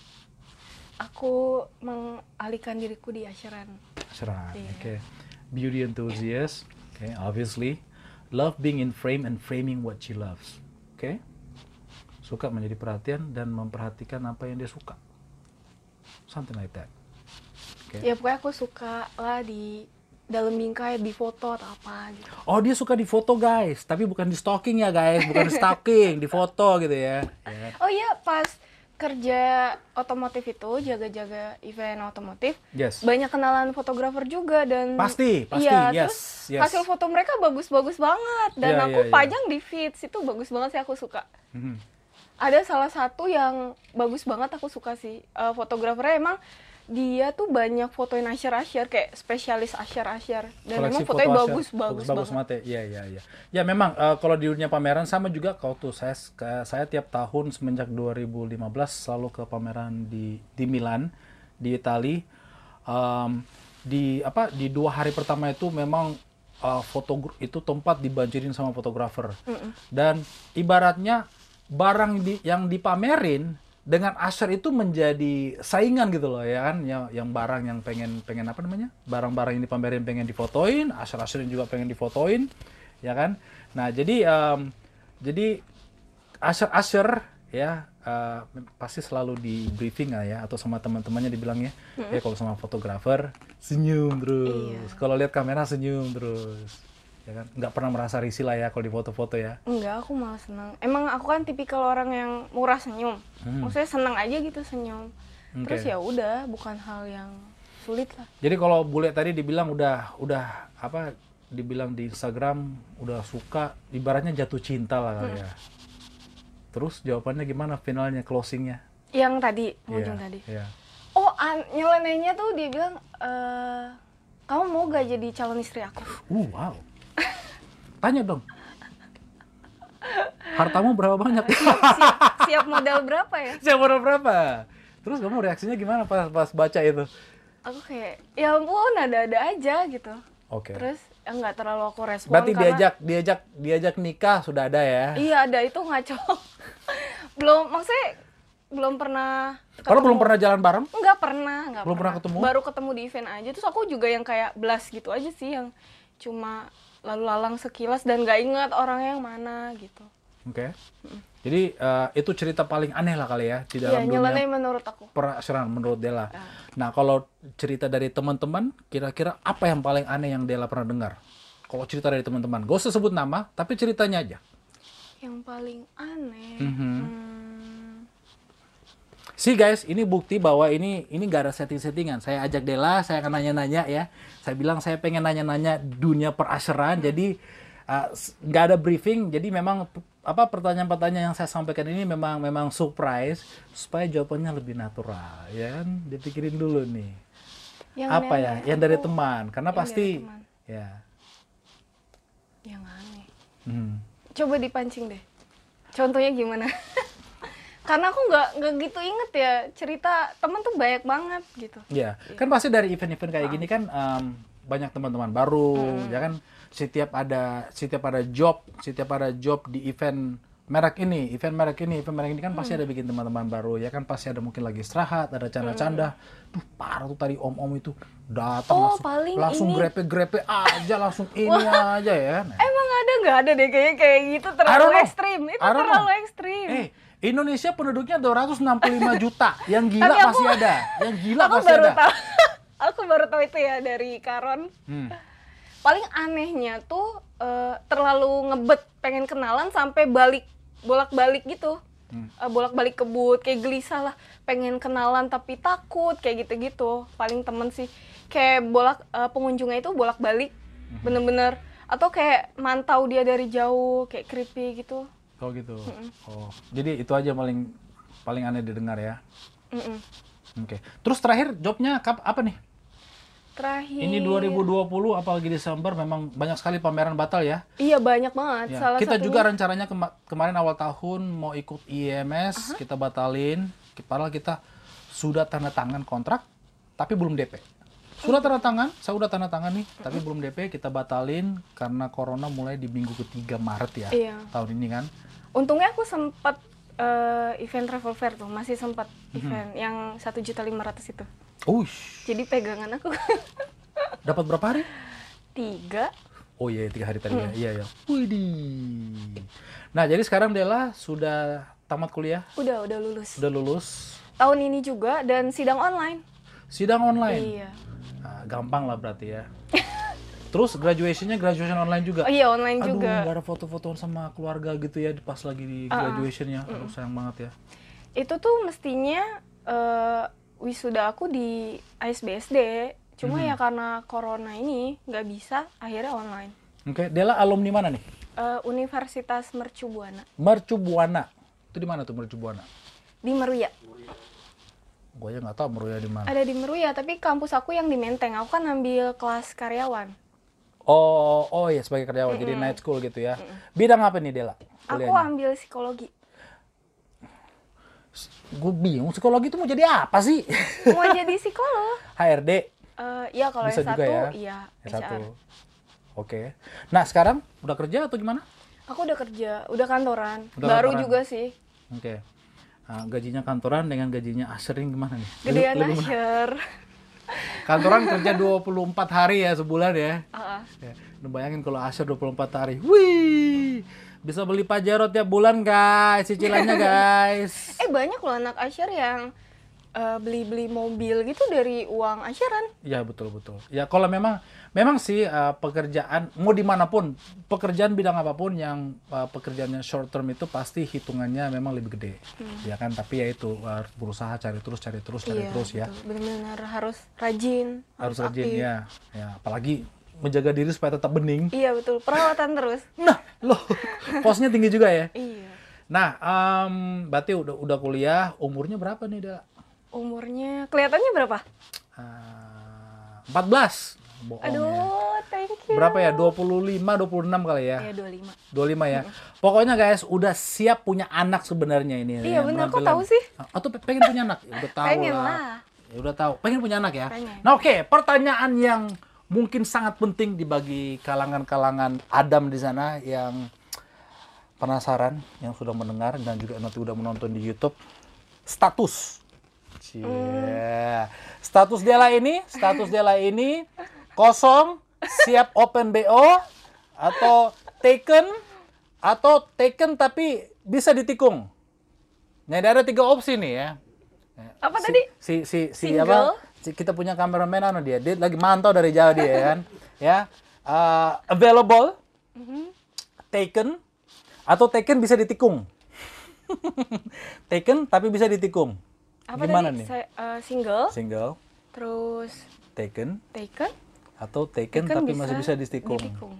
aku mengalihkan diriku di asyaran. Serah. Iya. Oke. Beauty enthusiast. Okay, obviously. Love being in frame and framing what she loves. Oke. Suka menjadi perhatian dan memperhatikan apa yang dia suka. Something like that. Oke. Ya pokoknya aku suka lah di dalam bingkai, di foto atau apa gitu. Oh, dia suka di foto, guys. Tapi bukan di stalking ya, guys. Bukan di stalking, di foto gitu ya. Ya. Oh iya, pas kerja otomotif itu, jaga-jaga event otomotif, Yes. banyak kenalan fotografer juga dan Pasti, pasti. iya, Yes, terus yes. hasil foto mereka bagus-bagus banget dan Iya, aku iya, iya. pajang di feeds, itu bagus banget sih, aku suka. Mhm. Ada salah satu yang bagus banget aku suka sih, eh, fotografernya emang dia tuh banyak fotoin asyar-asyar, kayak spesialis asyar-asyar, dan Koleksi emang fotonya foto bagus Asia. bagus bagus banget. mate. Iya, iya, iya. Ya memang eh, kalau di dunia pameran sama juga kalau tuh saya ke- saya tiap tahun semenjak dua ribu lima belas selalu ke pameran di di Milan, di Itali. Em, di apa di dua hari pertama itu memang eh, foto gr- itu tempat dibanjirin sama fotografer. Dan ibaratnya barang di, yang dipamerin dengan Asher itu menjadi saingan gitu loh ya kan, yang, yang barang yang pengen pengen apa namanya, barang-barang yang dipamerin pengen difotoin, Asher-Asher juga pengen difotoin ya kan. Nah jadi em, jadi Asher-Asher ya eh, pasti selalu di briefing lah ya, atau sama teman-temannya dibilangnya ya, kalau sama fotografer senyum terus, kalau lihat kamera senyum terus ya kan, nggak pernah merasa risih lah ya kalau di foto-foto ya. Enggak, aku malah seneng. Emang aku kan tipikal orang yang murah senyum. Hmm. Maksudnya seneng aja gitu senyum. Oke. Terus ya udah, bukan hal yang sulit lah. Jadi kalau bule tadi dibilang udah udah apa, dibilang di Instagram udah suka, ibaratnya jatuh cinta lah kali ya. Terus jawabannya gimana finalnya, closingnya? Yang tadi, ujung Iya, tadi. iya. Oh, an- nyelenehnya tuh dia bilang, eh kamu mau gak jadi calon istri aku? Uh, wow. Tanya dong. Hartamu berapa banyak? Siap, siap modal berapa ya? Siapa berapa? Terus kamu reaksinya gimana pas pas baca itu? Aku kayak, ya ampun, ada-ada aja gitu. Oke. Terus ya nggak terlalu aku respon. Berarti karena- diajak diajak diajak nikah sudah ada ya? Iya, ada, itu ngaco. Belum, maksudnya belum pernah Kalau ketemu. belum pernah jalan bareng? Nggak pernah, nggak Belum pernah ketemu? Baru ketemu di event aja. Terus aku juga yang kayak blast gitu aja sih, yang cuma lalu lalang sekilas dan nggak ingat orangnya yang mana gitu. Oke. Jadi eh, itu cerita paling aneh lah kali ya di Iya, dalam dunia nyeleneh menurut aku. perasyaran menurut Della. Ah. Nah, kalau cerita dari teman-teman, kira-kira apa yang paling aneh yang Della pernah dengar? Kalau cerita dari teman-teman, gak usah sebut nama, tapi ceritanya aja. Yang paling aneh. Mhm. hmm, See guys, ini bukti bahwa ini ini nggak ada setting-settingan. Saya ajak Della, saya akan nanya-nanya ya. Saya bilang saya pengen nanya-nanya dunia perasyaran, jadi uh, s- nggak ada briefing. Jadi memang p- apa pertanyaan-pertanyaan yang saya sampaikan ini memang memang surprise supaya jawabannya lebih natural, ya kan? Dipikirin dulu nih. yang Apa ya? aneh Yang dari aku- teman, karena yang pasti dari teman. ya. Yang aneh. Hmm. Coba dipancing deh. Contohnya gimana? Karena aku nggak nggak gitu inget ya, cerita temen tuh banyak banget gitu. Ya, kan pasti dari event-event kayak gini kan em, banyak teman-teman baru, ya kan. Setiap ada setiap ada job, setiap ada job di event merek ini, event merek ini, event merek ini kan pasti Hmm. ada bikin teman-teman baru ya kan, pasti ada mungkin lagi istirahat, ada canda-canda. Tuh parah tuh tadi om-om itu datang Oh, langsung paling langsung ini. grepe-grepe aja langsung ini aja ya kan. Emang ada nggak ada deh kayaknya kayak gitu I don't terlalu know. ekstrim. Itu I don't terlalu know. ekstrim. Eh, Indonesia penduduknya dua ratus enam puluh lima juta. Yang gila Tapi aku- pasti ada. Yang gila aku pasti baru ada. tahu. Aku baru tahu itu ya dari Karon. Hmm. Paling anehnya tuh eh, terlalu ngebet pengen kenalan sampai balik bolak-balik gitu. Hmm. Eh, bolak-balik kebut kayak gelisah lah pengen kenalan tapi takut kayak gitu-gitu. Paling temen sih kayak bolak eh, pengunjungnya itu bolak-balik Hmm. bener-bener atau kayak mantau dia dari jauh kayak creepy gitu. Oh gitu. Oh, jadi itu aja paling paling aneh didengar ya. Mm-mm. Oke. Terus terakhir jobnya kap apa nih? Terakhir. Ini dua ribu dua puluh apalagi Desember memang banyak sekali pameran batal ya. Iya banyak banget. Ya, Salah kita satunya- juga rencananya kema- kemarin awal tahun mau ikut I M S, kita batalin. Padahal kita sudah tanda tangan kontrak, tapi belum D P. Sudah tanda tangan, saya udah tanda tangan nih, tapi belum D P, kita batalin karena corona mulai di minggu ketiga Maret ya, Iya. tahun ini kan. Untungnya aku sempat eh, event travel fair tuh, masih sempat Mhm. event yang satu juta lima ratus itu. Uish, Jadi pegangan aku dapat berapa hari? tiga. Oh iya, tiga hari tadi ya, iya ya. Widih. Nah, jadi sekarang Della sudah tamat kuliah, Udah, udah lulus. sudah lulus, Tahun ini juga dan sidang online. sidang online. Iya. Nah, gampang lah berarti ya. Terus graduation-nya graduation online juga. Oh iya, online Aduh, juga. nggak ada foto-fotoan sama keluarga gitu ya pas lagi di graduation-nya. Aduh, sayang banget ya. Itu tuh mestinya eh, wisuda aku di A S B S D. Cuma Hmm. ya karena corona ini nggak bisa, akhirnya online. Oke, Della alumni mana nih? Eh, Universitas Mercu Buana Mercu Buana. Itu di mana tuh Mercu Buana? di Meruya. Gue aja nggak tahu Meruya di mana. Ada di Meruya, tapi kampus aku yang di Menteng. Aku kan ambil kelas karyawan. Oh, oh ya sebagai karyawan, jadi night school gitu ya. Bidang apa nih Della? Aku Kuliahnya? ambil psikologi. Gue bingung, psikologi itu mau jadi apa sih? Mau jadi psikolog? H R D? Eh, ya kalau Bisa yang juga satu, ya? iya S H R. satu. Oke. Nah, sekarang udah kerja atau gimana? Aku udah kerja, udah kantoran. Udah Baru kantoran. juga sih. Oke. Nah, gajinya kantoran dengan gajinya asyering gimana nih? Gedean Lebih- lebih- asyar. Kantoran kerja dua puluh empat hari ya sebulan ya. Ah, ah. Ya, lu bayangin kalau asyar dua puluh empat hari. Wih, bisa beli Pajero tiap bulan guys, cicilannya guys. Eh banyak loh anak asyar yang eh, beli-beli mobil gitu dari uang asyaran. Ya betul betul. Ya kalau memang memang sih uh, pekerjaan mau dimanapun pekerjaan bidang apapun yang uh, pekerjaannya short term itu pasti hitungannya memang lebih gede, ya kan. Tapi ya itu harus berusaha cari terus cari terus cari terus ya. betul. Benar-benar harus rajin, Harus rajin aktif. ya. Ya apalagi menjaga diri supaya tetap bening. Iya betul, perawatan terus. Nah loh posnya tinggi juga ya. Iya. Nah um, berarti udah udah kuliah, umurnya berapa nih Dela? Umurnya kelihatannya berapa? Uh, empat belas. Bohong ya. Aduh, thank you. Berapa ya? dua puluh lima, dua puluh enam kali ya? Iya, dua puluh lima. dua puluh lima ya. Pokoknya guys, udah siap punya anak sebenarnya ini. Iya, yang benar. Kok penampilan. tahu sih? Atau pe- pengen punya anak? Ya, udah tahu Pengen lah. lah. Ya udah tahu. Pengen punya anak ya? Pengen. Nah, oke, pertanyaan yang mungkin sangat penting dibagi kalangan-kalangan Adam di sana yang penasaran, yang sudah mendengar dan juga nanti udah menonton di YouTube. Status. Cie. Status Dela ini, status Dela ini kosong, siap open B O, atau taken, atau taken tapi bisa ditikung. Nah, ada tiga opsi nih ya. Apa si, tadi? Si si si Single? apa? Si, kita punya kameramen anu dia, dia lagi mantau dari jauh dia ya kan. Ya. Uh, available, taken, atau taken bisa ditikung. Taken tapi bisa ditikung. Apa Gimana tadi? nih? Saya, eh, single, Single, terus taken, taken, atau taken, taken tapi masih bisa ditikung. ditikung.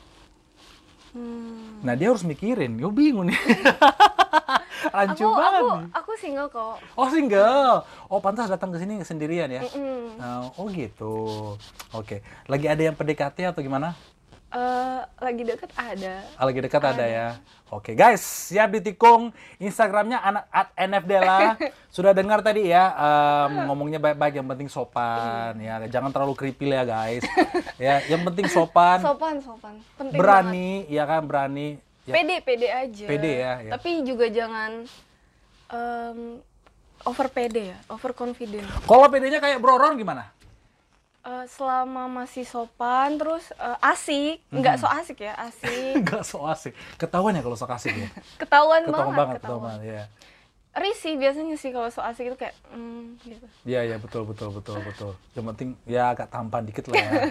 Hmm. Nah, dia harus mikirin. Gue bingung nih. Rancu Aku, banget. aku, nih. aku single kok. Oh, single. Oh, pantas datang ke sini sendirian ya. Mm-mm. Nah, oh gitu. Oke. Lagi ada yang P D K T atau gimana? Eh, lagi deket ada. Ah, lagi dekat ada ya. Oke, guys, siap ditikung. Instagramnya anak at N F Della. Sudah dengar tadi ya, em, ngomongnya baik-baik. Yang penting sopan ya. Jangan terlalu creepy ya, guys. Ya, yang penting sopan. Sopan, sopan. Penting banget. Berani, ya kan berani. Ya. Pede, pede aja. Pede ya, ya. Tapi juga jangan um, over pede ya, over confident. Kalau pedenya kayak Bro Ron gimana? Uh, selama masih sopan, terus uh, asik, nggak so asik ya, asik. Nggak so asik. Ketahuan ya kalau so asik ya? Ketahuan, Ketahuan banget, banget, ketahuan. ketahuan, ya. Risih biasanya sih kalau so asik itu kayak, hmm, gitu. Iya, iya, betul, betul, betul, betul. Yang penting ya agak tampan dikit lah ya.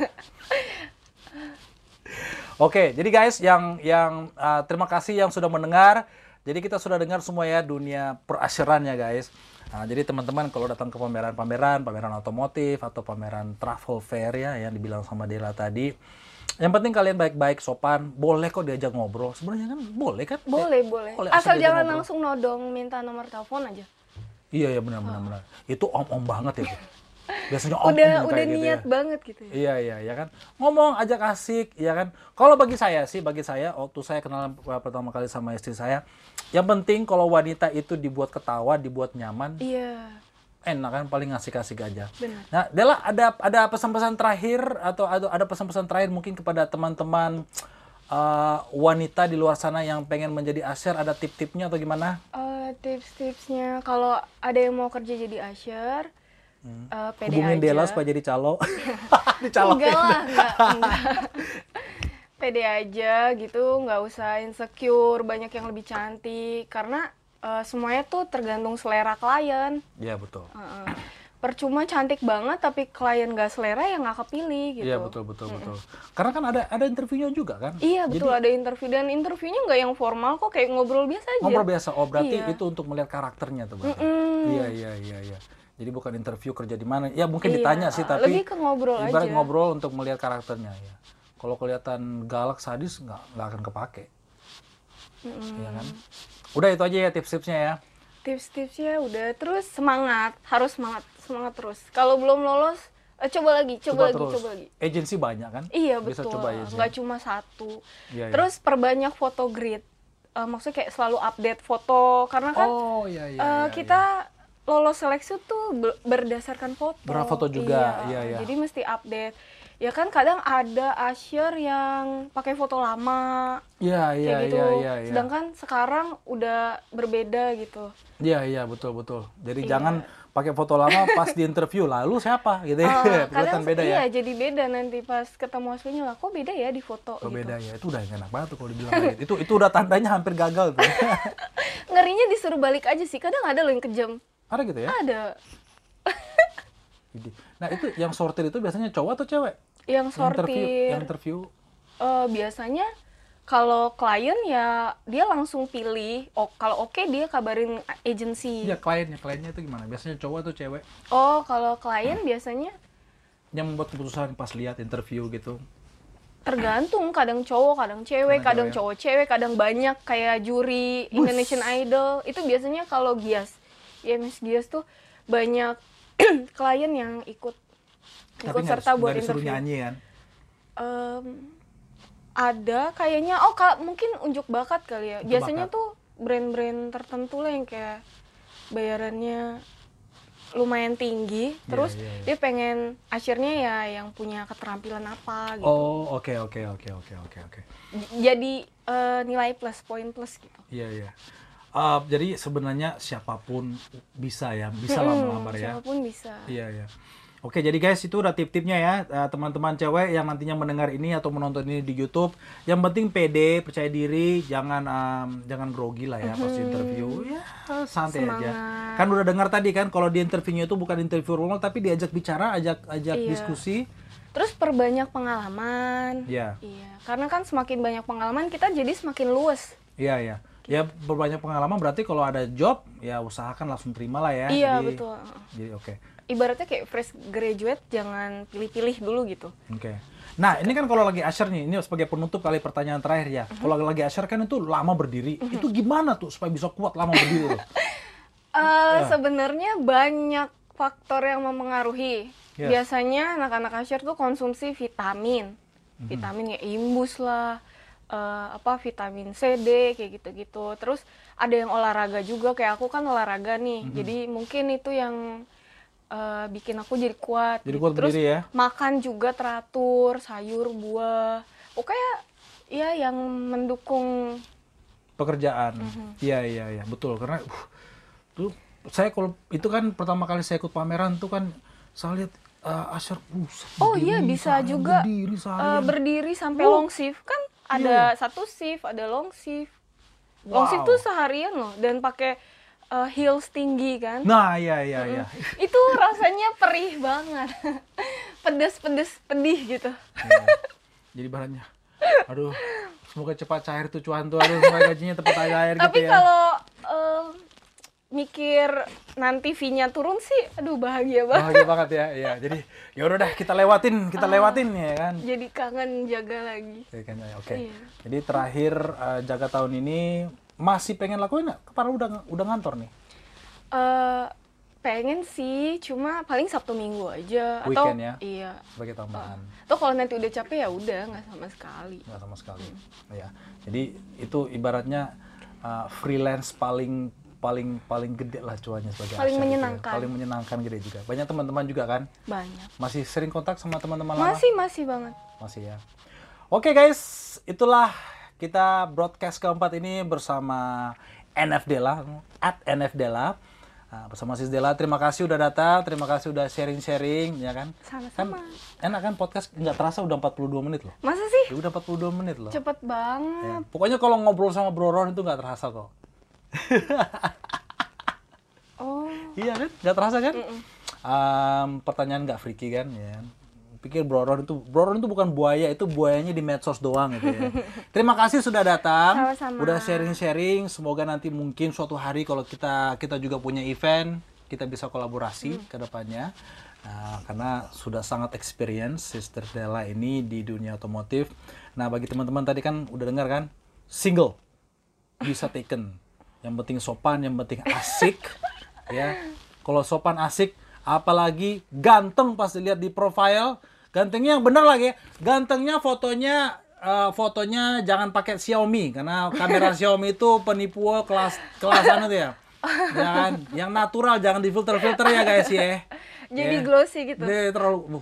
Oke, jadi guys, yang yang uh, terima kasih yang sudah mendengar. Jadi kita sudah dengar semua ya dunia perasyaran ya guys. Nah, jadi teman-teman kalau datang ke pameran-pameran, pameran otomotif atau pameran travel fair ya yang dibilang sama Dela tadi, yang penting kalian baik-baik, sopan, boleh kok diajak ngobrol. Sebenarnya kan boleh kan? Boleh, boleh. boleh Asal diajak jangan ngobrol. langsung nodong minta nomor telepon aja. Iya, iya benar benar benar. Itu om-om banget ya. Bu. Biasanya om-om Udah kayak udah gitu niat ya. banget gitu ya. Iya, iya, ya kan. Ngomong, ajak asik, ya kan. Kalau bagi saya sih, bagi saya, waktu saya kenalan pertama kali sama istri saya, yang penting kalau wanita itu dibuat ketawa, dibuat nyaman, Iya. enak kan, paling asik-asik aja. Benar. Nah, Dela, ada ada pesan-pesan terakhir, atau ada, ada pesan-pesan terakhir mungkin kepada teman-teman uh, wanita di luar sana yang pengen menjadi usher, ada tip-tipnya atau gimana? Uh, tips-tipsnya kalau ada yang mau kerja jadi usher, Hmm. uh, pede Hubungin aja. Dela supaya jadi calo. Dicalokin. Enggak lah, enggak, enggak. Pede aja gitu, nggak usah insecure, banyak yang lebih cantik. Karena uh, semuanya tuh tergantung selera klien. Iya, betul. Uh-uh. Percuma cantik banget tapi klien nggak selera ya nggak kepilih gitu. Iya, betul, betul, betul. Karena kan ada ada interviewnya juga kan? Iya betul, ada interview dan interviewnya nggak yang formal kok, kayak ngobrol biasa aja. Ngobrol biasa. Oh, berarti Iya. itu untuk melihat karakternya tuh berarti. Mm-mm. Iya, iya, iya, iya. Jadi bukan interview kerja di mana. Ya mungkin Iya, ditanya sih, tapi lebih ke ngobrol ibarat aja. ngobrol untuk melihat karakternya ya. Kalau kelihatan galak sadis nggak nggak akan kepake. Mm-mm. Iya kan? Udah itu aja ya tips-tipsnya ya. Tips-tipsnya udah, terus semangat, harus semangat, semangat terus. Kalau belum lolos, eh, coba lagi, coba, lagi, terus. coba lagi. Agensi banyak kan? Iya Bisa betul, coba agensi. nggak cuma satu. Iya, iya. Terus perbanyak foto grid, Eh, maksudnya kayak selalu update foto, karena kan Oh, iya, iya, eh, iya, kita lolos seleksi tuh be- berdasarkan foto. Berfoto juga, iya, iya. Jadi mesti update. Ya kan kadang ada usher yang pakai foto lama, Iya, iya, kayak gitu. iya, iya, iya. Sedangkan sekarang udah berbeda gitu. Iya, iya, betul, betul. Jadi Iya. jangan pakai foto lama pas di interview, lalu siapa gitu ya. Eh, Kelihatan kadang beda ya. iya jadi beda nanti pas ketemu aslinya lah, kok beda ya di foto Oh, gitu. beda ya. Itu udah enak banget tuh kalau dibilang kayak gitu. Itu itu udah tandanya hampir gagal tuh. Ngerinya disuruh balik aja sih, kadang ada loh yang kejam. Ada gitu ya? Ada. Jadi, nah itu yang sortir itu biasanya cowok atau cewek? Yang Yang interview, sortir yang interview. eh, biasanya kalau klien ya dia langsung pilih. Oh, kalau oke dia kabarin agensi. Iya, kliennya, kliennya itu gimana? Biasanya cowok atau cewek? Oh, kalau klien biasanya Yang membuat keputusan pas lihat interview gitu. tergantung, kadang cowok, kadang cewek, Kadang kadang cewek. cowok cewek, kadang banyak kayak juri Indonesian Idol. Itu biasanya kalau Gias, I M S Gias tuh banyak klien yang ikut ikut Tapi nggak serta nggak buat disuruh interview. nyanyi kan? Em, ada kayaknya, oh ka- mungkin unjuk bakat kali ya. Unjuk Biasanya bakat. tuh brand-brand tertentu lah yang kayak bayarannya lumayan tinggi, terus iya, iya. dia pengen akhirnya ya yang punya keterampilan apa gitu. Oh, oke, oke, oke, oke, oke, oke. J- Jadi eh, nilai plus, poin plus gitu. Iya, iya. Uh, jadi sebenarnya siapapun bisa ya, bisa lah Mm-mm, melamar ya. siapapun bisa. Iya, iya. Oke, jadi guys itu udah tip-tipnya ya, uh, teman-teman cewek yang nantinya mendengar ini atau menonton ini di YouTube. Yang penting pede, percaya diri, jangan um, jangan grogi lah ya pas interview. Ya, santai aja. Semangat. Kan udah dengar tadi kan kalau di interviewnya itu bukan interview formal tapi diajak bicara, ajak ajak Iya. diskusi. Terus perbanyak pengalaman. Iya. Iya, karena kan semakin banyak pengalaman kita jadi semakin luas. Iya, iya. Ya berbanyak pengalaman berarti kalau ada job ya usahakan langsung terima lah ya. Iya, Jadi- betul. Jadi oke. Ibaratnya kayak fresh graduate, jangan pilih-pilih dulu gitu. Oke. Nah, ini kan kalau lagi usher nih, ini sebagai penutup kali pertanyaan terakhir ya. Kalau lagi usher kan itu lama berdiri. Itu gimana tuh supaya bisa kuat lama berdiri tuh? Eh, Sebenarnya banyak faktor yang mempengaruhi. Yes. Biasanya anak-anak usher tuh konsumsi vitamin, vitamin ya imbus lah, eh, apa vitamin C, D kayak gitu-gitu. Terus ada yang olahraga juga, kayak aku kan olahraga nih, jadi mungkin itu yang eh, bikin aku jadi kuat. Jadi gitu. kuat Terus berdiri ya? makan juga teratur, sayur, buah, pokoknya ya yang mendukung Pekerjaan. Iya, iya, iya, betul. Karena uh, tuh saya kalau itu kan pertama kali saya ikut pameran tuh kan saya lihat uh, Asher uh, Oh iya, berdiri bisa seharian, juga berdiri eh, seharian. berdiri sampai Oh. long shift kan ada satu shift, ada long shift. Long shift Wow. tuh seharian loh dan pakai eh, heels tinggi kan. Nah, iya, iya, iya. Itu rasanya perih banget. Pedes-pedes pedih gitu. Iya. Jadi bahannya, aduh, semoga cepat cair tuh cuan tuh, aduh, semoga gajinya cepat cair gitu Tapi ya. kalau eh, mikir nanti fee-nya turun sih, aduh bahagia banget. Bahagia banget ya, iya. Jadi ya udah dah kita lewatin, kita lewatin ya kan. Jadi kangen jaga lagi. Oke, kan, ya, oke. Iya. Jadi terakhir eh, jaga tahun ini masih pengen lakuin nggak? Padahal udah udah ngantor nih. Eh pengen sih, cuma paling Sabtu Minggu aja. Atau Weekend ya? iya. Sebagai tambahan. Atau kalau nanti udah capek ya udah nggak sama sekali. Nggak sama sekali. Ya. Jadi itu ibaratnya uh, freelance paling paling paling gede lah cuannya sebagai Paling Asher gitu ya. menyenangkan. Paling menyenangkan gede juga. Banyak teman-teman juga kan? Banyak. Masih sering kontak sama teman-teman lama? Masih masih banget. Masih ya. Oke guys, itulah kita broadcast keempat ini bersama N F Dela, at N F Dela. Nah, bersama Sis Dela, terima kasih udah datang, terima kasih udah sharing-sharing, ya kan? Sama-sama. Kan enak kan podcast nggak terasa udah empat puluh dua menit loh. Masa sih? Ya udah empat puluh dua menit loh. Cepet banget. Ya. Pokoknya kalau ngobrol sama Bro Ron itu nggak terasa kok. Oh. Iya kan? Nggak terasa kan? Um, pertanyaan nggak freaky kan? Ya. Pikir Bro Ron itu, Bro Ron itu bukan buaya, itu buayanya di medsos doang gitu ya. Terima kasih sudah datang, Sama-sama. udah sharing-sharing. Semoga nanti mungkin suatu hari kalau kita kita juga punya event, kita bisa kolaborasi Hmm. ke depannya. Nah, karena sudah sangat experience Sister Dela ini di dunia otomotif. Nah, bagi teman-teman tadi kan udah dengar kan, single bisa taken. Yang penting sopan, yang penting asik, ya. Kalau sopan asik, apalagi ganteng pas dilihat di profile, gantengnya yang bener lagi, ya. Gantengnya fotonya eh, fotonya jangan pakai Xiaomi karena kamera Xiaomi itu penipu kelas kelas anu tuh ya. Ya kan? Yang natural jangan difilter-filter ya guys ya. Jadi Ya. glossy gitu. Dia terlalu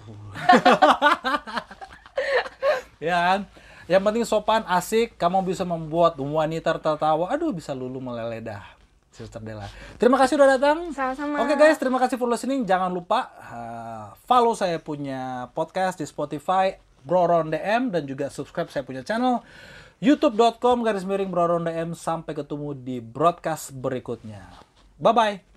ya kan? Yang penting sopan, asik, kamu bisa membuat wanita tertawa. Aduh, bisa lulu meleleh dah. Sister Dela. Terima kasih udah datang. Sama-sama. Oke guys, terima kasih for listening. Jangan lupa uh, follow saya punya podcast di Spotify Bro Ron D M dan juga subscribe saya punya channel youtube dot com garis miring Bro Ron D M. Sampai ketemu di broadcast berikutnya. Bye bye.